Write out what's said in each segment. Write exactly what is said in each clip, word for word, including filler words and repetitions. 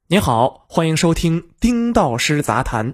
您好，欢迎收听丁道师杂谈。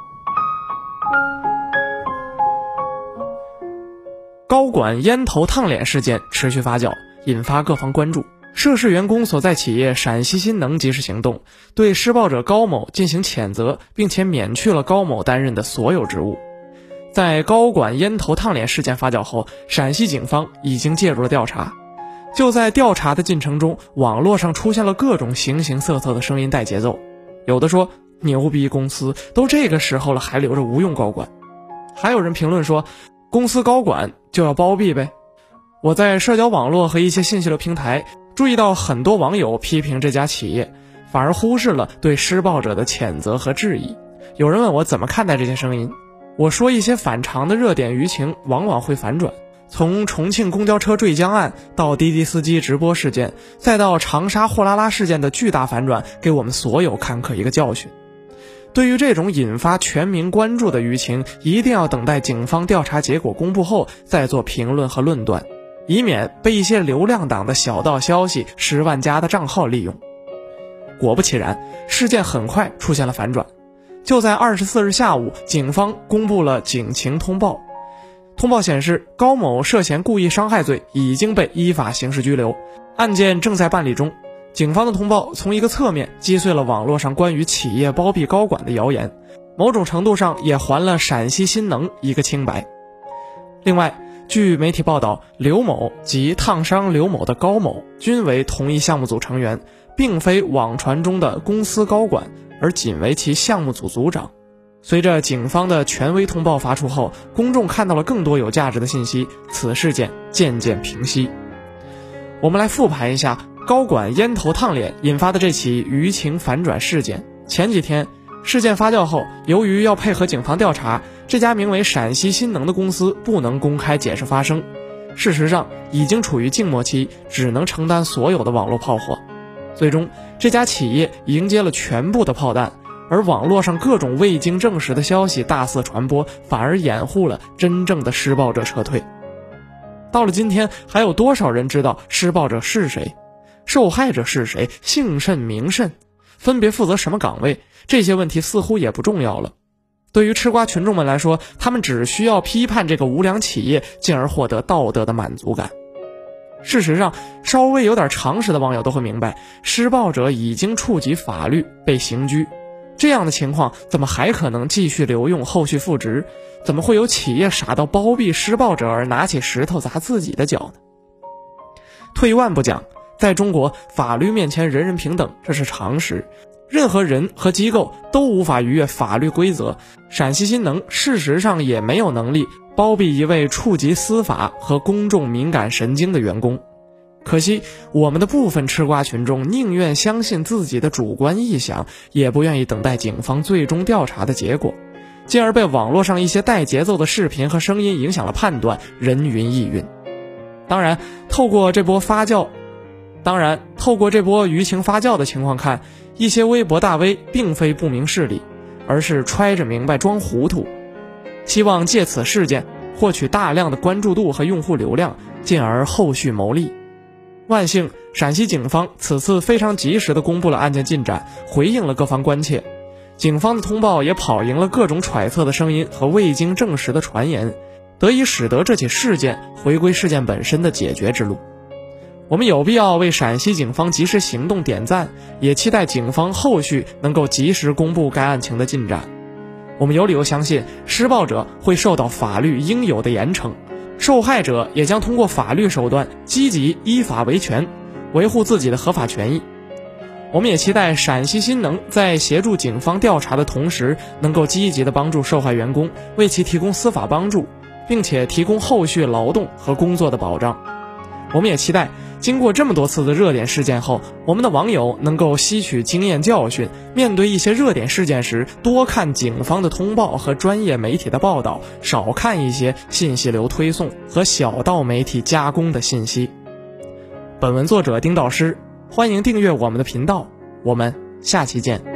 高管烟头烫脸事件持续发酵，引发各方关注。涉事员工所在企业陕西新能及时行动，对施暴者高某进行谴责，并且免去了高某担任的所有职务。在高管烟头烫脸事件发酵后，陕西警方已经介入了调查。就在调查的进程中，网络上出现了各种形形色色的声音带节奏，有的说牛逼公司都这个时候了还留着无用高管，还有人评论说公司高管就要包庇呗。我在社交网络和一些信息流平台注意到很多网友批评这家企业，反而忽视了对施暴者的谴责和质疑。有人问我怎么看待这些声音，我说一些反常的热点舆情往往会反转，从重庆公交车坠江案到滴滴司机直播事件，再到长沙货拉拉事件的巨大反转，给我们所有看客一个教训。对于这种引发全民关注的舆情，一定要等待警方调查结果公布后再做评论和论断，以免被一些流量党的小道消息、十万加的账号利用。果不其然，事件很快出现了反转。就在二十四日下午，警方公布了警情通报。通报显示，高某涉嫌故意伤害罪已经被依法刑事拘留，案件正在办理中。警方的通报从一个侧面击碎了网络上关于企业包庇高管的谣言，某种程度上也还了陕西新能一个清白。另外，据媒体报道，刘某及烫伤刘某的高某均为同一项目组成员，并非网传中的公司高管，而仅为其项目组组长。随着警方的权威通报发出后，公众看到了更多有价值的信息，此事件渐渐平息。我们来复盘一下高管烟头烫脸引发的这起舆情反转事件。前几天事件发酵后，由于要配合警方调查，这家名为陕西新能的公司不能公开解释发声，事实上已经处于静默期，只能承担所有的网络炮火。最终这家企业迎接了全部的炮弹，而网络上各种未经证实的消息大肆传播，反而掩护了真正的施暴者撤退。到了今天，还有多少人知道施暴者是谁？受害者是谁？姓甚名甚？分别负责什么岗位？这些问题似乎也不重要了。对于吃瓜群众们来说，他们只需要批判这个无良企业，进而获得道德的满足感。事实上，稍微有点常识的网友都会明白，施暴者已经触及法律，被刑拘。这样的情况怎么还可能继续留用，后续复职？怎么会有企业傻到包庇施暴者而拿起石头砸自己的脚呢？退一万步讲，在中国，法律面前人人平等，这是常识。任何人和机构都无法逾越法律规则，陕西新能事实上也没有能力包庇一位触及司法和公众敏感神经的员工。可惜我们的部分吃瓜群众宁愿相信自己的主观臆想，也不愿意等待警方最终调查的结果，进而被网络上一些带节奏的视频和声音影响了判断，人云亦云。当然透过这波发酵当然透过这波舆情发酵的情况看，一些微博大 V 并非不明事理，而是揣着明白装糊涂，希望借此事件获取大量的关注度和用户流量，进而后续牟利。万幸陕西警方此次非常及时地公布了案件进展，回应了各方关切。警方的通报也跑赢了各种揣测的声音和未经证实的传言，得以使得这起事件回归事件本身的解决之路。我们有必要为陕西警方及时行动点赞，也期待警方后续能够及时公布该案情的进展。我们有理由相信，施暴者会受到法律应有的严惩，受害者也将通过法律手段积极依法维权，维护自己的合法权益。我们也期待陕西新能在协助警方调查的同时，能够积极地帮助受害员工，为其提供司法帮助，并且提供后续劳动和工作的保障。我们也期待经过这么多次的热点事件后，我们的网友能够吸取经验教训，面对一些热点事件时，多看警方的通报和专业媒体的报道，少看一些信息流推送和小道媒体加工的信息。本文作者丁道师，欢迎订阅我们的频道，我们下期见。